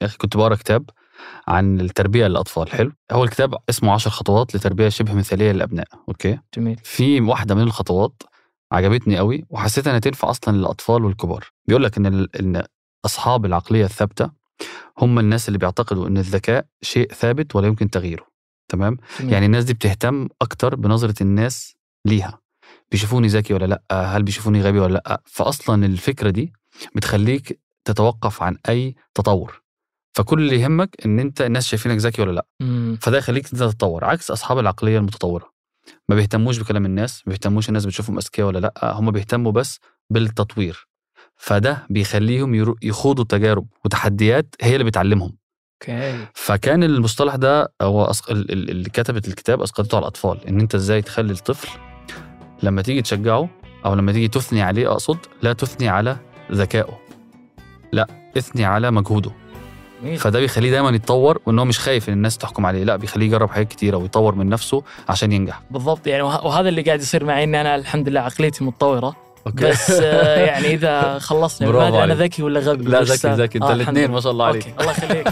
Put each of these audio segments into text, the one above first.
أخي كنت بقرأ كتاب عن التربية للأطفال. حلو. هو الكتاب اسمه 10 خطوات لتربية شبه مثالية للأبناء. أوكي. جميل. في واحدة من الخطوات عجبتني قوي وحسيت أنها تنفع أصلا للأطفال والكبار. بيقول لك إن أصحاب العقلية الثابتة هم الناس اللي بيعتقدوا أن الذكاء شيء ثابت ولا يمكن تغييره. تمام. جميل. يعني الناس دي بتهتم أكتر بنظرة الناس ليها، بيشوفوني ذكي ولا لأ، هل بيشوفوني غبي ولا لأ. فأصلا الفكرة دي بتخليك تتوقف عن أي تطور. فكل اللي يهمك ان انت الناس شايفينك ذكي ولا لا. فده يخليك انت تتطور، عكس اصحاب العقليه المتطوره ما بيهتموش بكلام الناس، ما بيهتموش الناس بتشوفهم اذكياء ولا لا، هم بيهتموا بس بالتطوير. فده بيخليهم يخوضوا تجارب وتحديات هي اللي بتعلمهم. فكان المصطلح ده هو اللي كتبت الكتاب اسقطته على الاطفال، ان انت ازاي تخلي الطفل لما تيجي تشجعه او لما تيجي تثني عليه، اقصد لا تثني على ذكائه، لا اثني على مجهوده. فده بيخليه دايما يتطور، وانه مش خايف ان الناس تحكم عليه، لا بيخليه يجرب حاجات كتيره ويطور من نفسه عشان ينجح. بالضبط. يعني وهذا اللي قاعد يصير معي، ان انا الحمد لله عقليتي متطوره. بس يعني اذا خلصنا ما ادري انا ذكي ولا غبي. لا ذكي انت الاثنين ما شاء الله عليك. الله يخليك.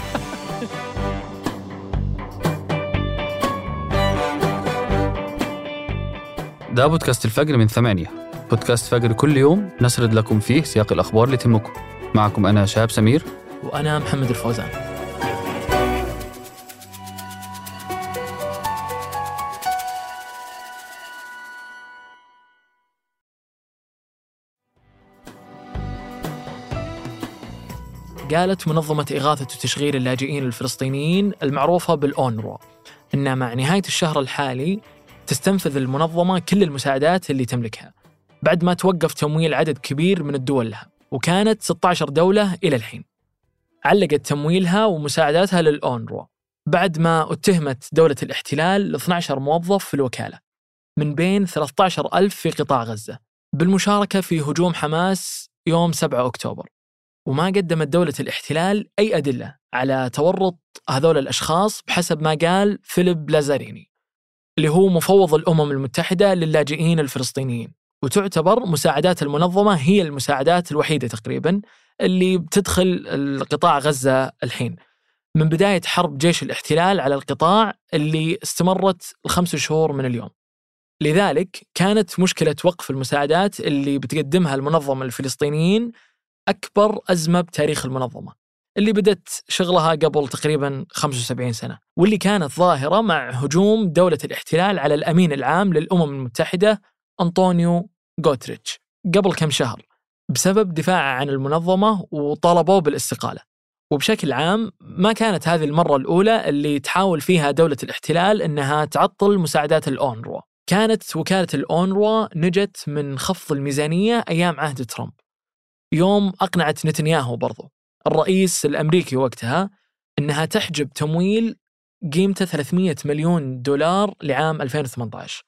ده بودكاست الفجر من 8، بودكاست فجر كل يوم نسرد لكم فيه سياق الاخبار اللي تهمكم. معكم انا شهاب سمير وأنا محمد الفوزان. قالت منظمة إغاثة وتشغيل اللاجئين الفلسطينيين المعروفة بالأونروا إن مع نهاية الشهر الحالي تستنفذ المنظمة كل المساعدات اللي تملكها بعد ما توقف تمويل عدد كبير من الدول لها، وكانت 16 دولة إلى الحين علقت تمويلها ومساعداتها للأونروا بعد ما اتهمت دولة الاحتلال 12 موظف في الوكالة من بين 13,000 في قطاع غزة بالمشاركة في هجوم حماس يوم 7 أكتوبر. وما قدمت دولة الاحتلال أي أدلة على تورط هذول الأشخاص بحسب ما قال فيليب لازاريني اللي هو مفوض الأمم المتحدة للاجئين الفلسطينيين. وتعتبر مساعدات المنظمة هي المساعدات الوحيدة تقريباً اللي بتدخل القطاع غزة الحين من بداية حرب جيش الاحتلال على القطاع اللي استمرت 5 شهور من اليوم. لذلك كانت مشكلة وقف المساعدات اللي بتقدمها المنظمة الفلسطينيين أكبر أزمة بتاريخ المنظمة اللي بدت شغلها قبل تقريباً 75 سنة، واللي كانت ظاهرة مع هجوم دولة الاحتلال على الأمين العام للأمم المتحدة أنطونيو غوتريتش قبل كم شهر بسبب دفاعه عن المنظمة وطالبوه بالاستقالة. وبشكل عام ما كانت هذه المرة الأولى اللي تحاول فيها دولة الاحتلال أنها تعطل مساعدات الأونروا. كانت وكالة الأونروا نجت من خفض الميزانية أيام عهد ترامب، يوم أقنعت نتنياهو برضو الرئيس الأمريكي وقتها أنها تحجب تمويل قيمته 300 مليون دولار لعام 2018.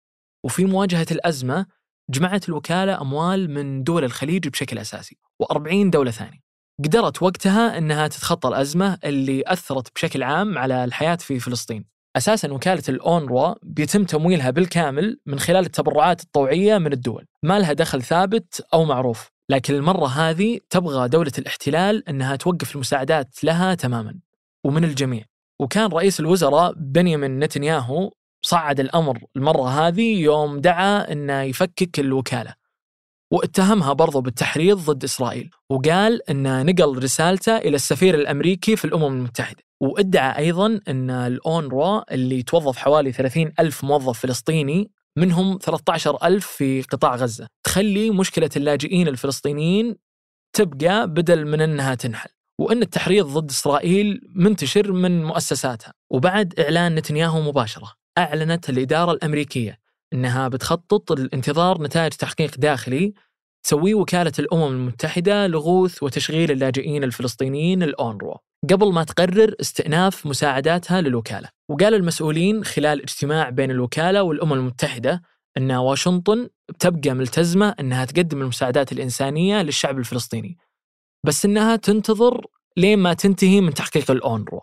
وفي مواجهة الأزمة جمعت الوكالة أموال من دول الخليج بشكل أساسي و40 دولة ثانية. قدرت وقتها أنها تتخطى الأزمة اللي أثرت بشكل عام على الحياة في فلسطين. أساساً وكالة الأونروا بيتم تمويلها بالكامل من خلال التبرعات الطوعية من الدول، ما لها دخل ثابت أو معروف. لكن المرة هذه تبغى دولة الاحتلال أنها توقف المساعدات لها تماماً ومن الجميع. وكان رئيس الوزراء بنيامين نتنياهو صعد الأمر المرة هذه يوم دعا أنه يفكك الوكالة، واتهمها برضو بالتحريض ضد إسرائيل، وقال أنه نقل رسالته إلى السفير الأمريكي في الأمم المتحدة. وادعى أيضاً أن الأونروا اللي توظف حوالي 30,000 موظف فلسطيني منهم 13,000 في قطاع غزة تخلي مشكلة اللاجئين الفلسطينيين تبقى بدل من أنها تنحل، وأن التحريض ضد إسرائيل منتشر من مؤسساتها. وبعد إعلان نتنياهو مباشرة أعلنت الإدارة الأمريكية أنها بتخطط لانتظار نتائج تحقيق داخلي تسويه وكالة الأمم المتحدة لغوث وتشغيل اللاجئين الفلسطينيين الأونروا قبل ما تقرر استئناف مساعداتها للوكالة. وقال المسؤولين خلال اجتماع بين الوكالة والأمم المتحدة أن واشنطن بتبقى ملتزمة أنها تقدم المساعدات الإنسانية للشعب الفلسطيني، بس أنها تنتظر لين ما تنتهي من تحقيق الأونروا.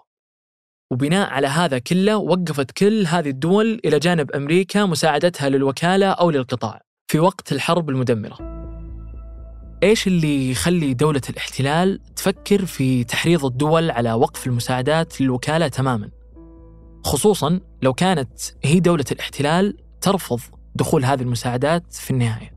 وبناء على هذا كله وقفت كل هذه الدول إلى جانب أمريكا مساعدتها للوكالة أو للقطاع في وقت الحرب المدمرة. إيش اللي يخلي دولة الاحتلال تفكر في تحريض الدول على وقف المساعدات للوكالة تماماً؟ خصوصاً لو كانت هي دولة الاحتلال ترفض دخول هذه المساعدات في النهاية.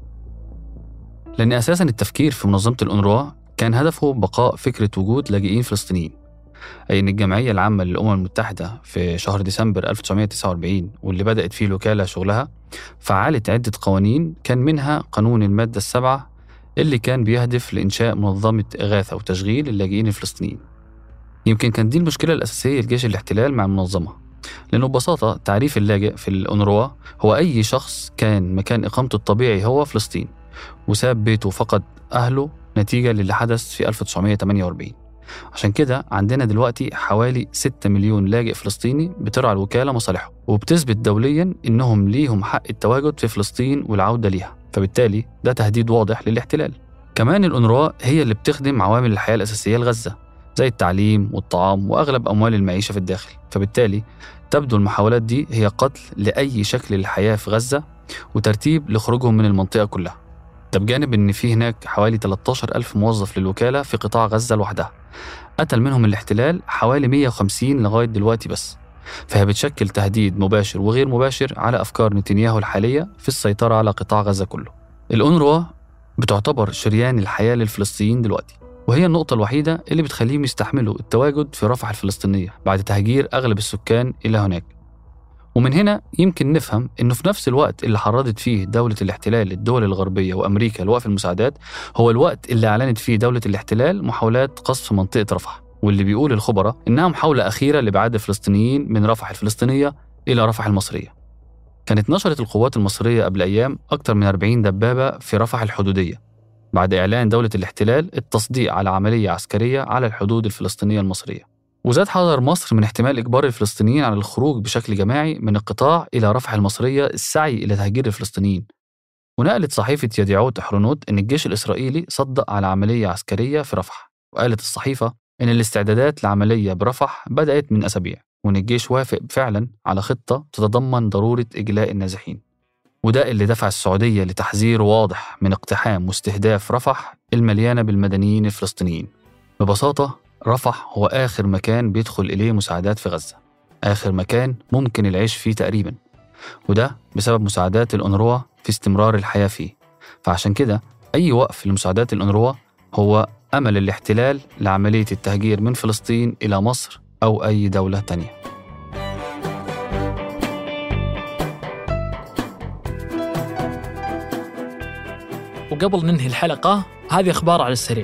لأن أساساً التفكير في منظمة الأونروا كان هدفه بقاء فكرة وجود لاجئين فلسطينيين، أي أن الجمعية العامة للأمم المتحدة في شهر ديسمبر 1949 واللي بدأت فيه الوكالة شغلها فعلت عدة قوانين، كان منها قانون المادة السابعة اللي كان بيهدف لإنشاء منظمة إغاثة وتشغيل اللاجئين الفلسطينيين. يمكن كان دي المشكلة الأساسية لجيش الاحتلال مع المنظمة، لأنه ببساطة تعريف اللاجئ في الأونروا هو أي شخص كان مكان إقامته الطبيعي هو فلسطين وساب بيته وفقد أهله نتيجة للي حدث في 1948. عشان كده عندنا دلوقتي حوالي 6 مليون لاجئ فلسطيني بترعى الوكالة مصالحهم، وبتثبت دوليا إنهم ليهم حق التواجد في فلسطين والعودة ليها، فبالتالي ده تهديد واضح للاحتلال. كمان الأونروا هي اللي بتخدم عوامل الحياة الأساسية لغزة زي التعليم والطعام وأغلب أموال المعيشة في الداخل، فبالتالي تبدو المحاولات دي هي قتل لأي شكل للحياة في غزة وترتيب لخروجهم من المنطقة كلها. ده بجانب إن في هناك حوالي 13,000 موظف للوكالة في قطاع غزة لوحدها، قتل منهم الاحتلال حوالي 150 لغاية دلوقتي بس، فهي بتشكل تهديد مباشر وغير مباشر على أفكار نتنياهو الحالية في السيطرة على قطاع غزة كله. الأونروا بتعتبر شريان الحياة للفلسطينيين دلوقتي، وهي النقطة الوحيدة اللي بتخليهم يستحملوا التواجد في رفح الفلسطينية بعد تهجير أغلب السكان إلى هناك. ومن هنا يمكن نفهم إنه في نفس الوقت اللي حرضت فيه دولة الاحتلال الدول الغربية وأمريكا لوقف المساعدات هو الوقت اللي أعلنت فيه دولة الاحتلال محاولات قصف منطقة رفح، واللي بيقول الخبراء إنها محاولة أخيرة لإبعاد الفلسطينيين من رفح الفلسطينية إلى رفح المصرية. كانت نشرت القوات المصرية قبل أيام أكثر من 40 دبابة في رفح الحدودية بعد إعلان دولة الاحتلال التصديق على عملية عسكرية على الحدود الفلسطينية المصرية. وزاد حذر مصر من احتمال إجبار الفلسطينيين على الخروج بشكل جماعي من القطاع إلى رفح المصرية السعي إلى تهجير الفلسطينيين. ونقلت صحيفة يديعوت أحرونوت إن الجيش الإسرائيلي صدق على عملية عسكرية في رفح، وقالت الصحيفة إن الاستعدادات لعملية برفح بدأت من أسابيع، وإن الجيش وافق فعلا على خطة تتضمن ضرورة إجلاء النازحين. وده اللي دفع السعودية لتحذير واضح من اقتحام واستهداف رفح المليانة بالمدنيين الفلسطينيين. ببساطة رفح هو آخر مكان بيدخل إليه مساعدات في غزة، آخر مكان ممكن العيش فيه تقريبا، وده بسبب مساعدات الأونروا في استمرار الحياة فيه. فعشان كده أي وقف لمساعدات الأونروا هو أمل الاحتلال لعملية التهجير من فلسطين إلى مصر أو أي دولة تانية. وقبل ننهي الحلقة هذه أخبار على السريع.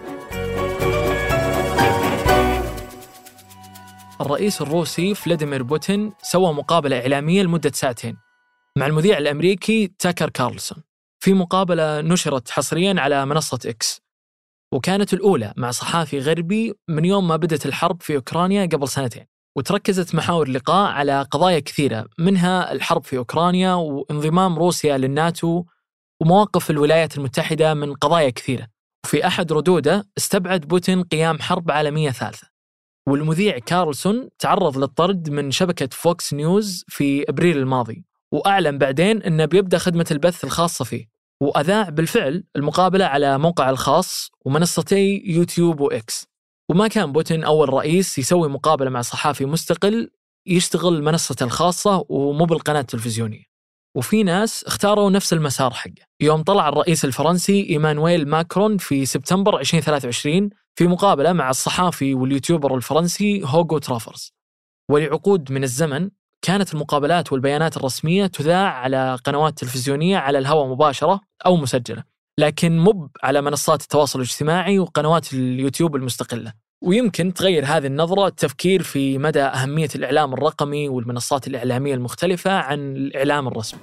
الرئيس الروسي فلاديمير بوتين سوى مقابلة إعلامية لمدة 2 ساعات مع المذيع الأمريكي تاكر كارلسون، في مقابلة نشرت حصرياً على منصة إكس، وكانت الأولى مع صحافي غربي من يوم ما بدأت الحرب في أوكرانيا قبل 2 سنين، وتركزت محاور اللقاء على قضايا كثيرة، منها الحرب في أوكرانيا وانضمام روسيا للناتو ومواقف الولايات المتحدة من قضايا كثيرة. وفي أحد ردوده استبعد بوتين قيام حرب عالمية ثالثة. والمذيع كارلسون تعرض للطرد من شبكة فوكس نيوز في أبريل الماضي، وأعلن بعدين أنه بيبدأ خدمة البث الخاصة فيه، وأذاع بالفعل المقابلة على موقع الخاص ومنصتي يوتيوب وإكس. وما كان بوتين أول رئيس يسوي مقابلة مع صحافي مستقل يشتغل منصته الخاصة ومو بالقناة التلفزيونية. وفي ناس اختاروا نفس المسار حقه. يوم طلع الرئيس الفرنسي إيمانويل ماكرون في سبتمبر 2023 في مقابلة مع الصحافي واليوتيوبر الفرنسي هوغو ترافرز. ولعقود من الزمن كانت المقابلات والبيانات الرسمية تذاع على قنوات تلفزيونية على الهواء مباشرة أو مسجلة، لكن مب على منصات التواصل الاجتماعي وقنوات اليوتيوب المستقلة. ويمكن تغير هذه النظرة التفكير في مدى أهمية الإعلام الرقمي والمنصات الإعلامية المختلفة عن الإعلام الرسمي.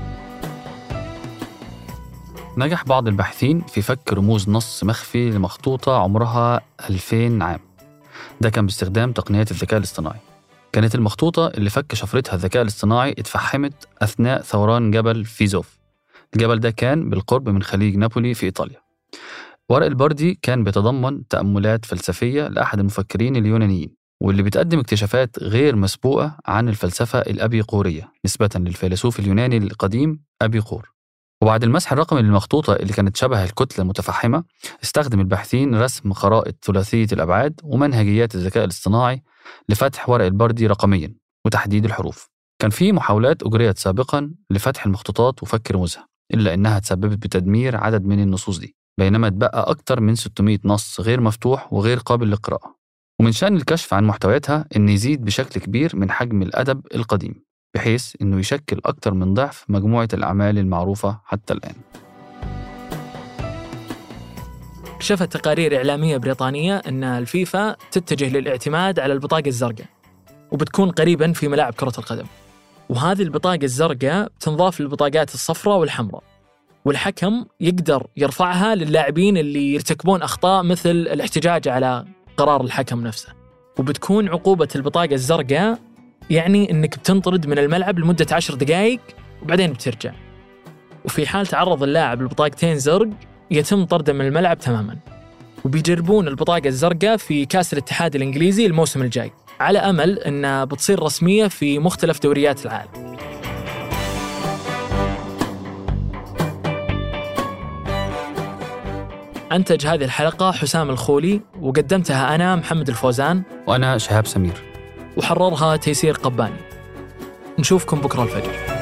نجح بعض الباحثين في فك رموز نص مخفي لمخطوطة عمرها 2000 عام، ده كان باستخدام تقنيات الذكاء الاصطناعي. كانت المخطوطة اللي فك شفرتها الذكاء الاصطناعي اتفحمت أثناء ثوران جبل فيزوف. الجبل ده كان بالقرب من خليج نابولي في إيطاليا. ورق البردي كان بيتضمن تأملات فلسفية لأحد المفكرين اليونانيين، واللي بتقدم اكتشافات غير مسبوقة عن الفلسفة الأبيقورية نسبة للفيلسوف اليوناني القديم أبيقور. وبعد المسح الرقمي للمخطوطة اللي كانت شبه الكتلة المتفحمة، استخدم الباحثين رسم خرائط ثلاثية الأبعاد ومنهجيات الذكاء الاصطناعي لفتح ورق البردي رقميا وتحديد الحروف. كان في محاولات أجريت سابقا لفتح المخطوطات وفك رموزها، إلا أنها تسببت بتدمير عدد من النصوص دي، بينما تبقى أكثر من 600 نص غير مفتوح وغير قابل للقراءة. ومن شأن الكشف عن محتوياتها أن يزيد بشكل كبير من حجم الأدب القديم، بحيث أنه يشكل أكثر من ضعف مجموعة الأعمال المعروفة حتى الآن. كشفت تقارير إعلامية بريطانية أن الفيفا تتجه للاعتماد على البطاقة الزرقاء، وبتكون قريباً في ملاعب كرة القدم. وهذه البطاقة الزرقاء تنضاف للبطاقات الصفراء والحمراء، والحكم يقدر يرفعها للاعبين اللي يرتكبون أخطاء مثل الاحتجاج على قرار الحكم نفسه. وبتكون عقوبة البطاقة الزرقاء يعني أنك بتنطرد من الملعب لمدة 10 دقائق وبعدين بترجع. وفي حال تعرض اللاعب لبطاقتين زرق يتم طرده من الملعب تماماً. وبيجربون البطاقة الزرقاء في كأس الاتحاد الإنجليزي الموسم الجاي، على أمل أنها بتصير رسمية في مختلف دوريات العالم. أنتج هذه الحلقة حسام الخولي، وقدمتها أنا محمد الفوزان، وأنا شهاب سمير، وحررها تيسير قباني. نشوفكم بكرة الفجر.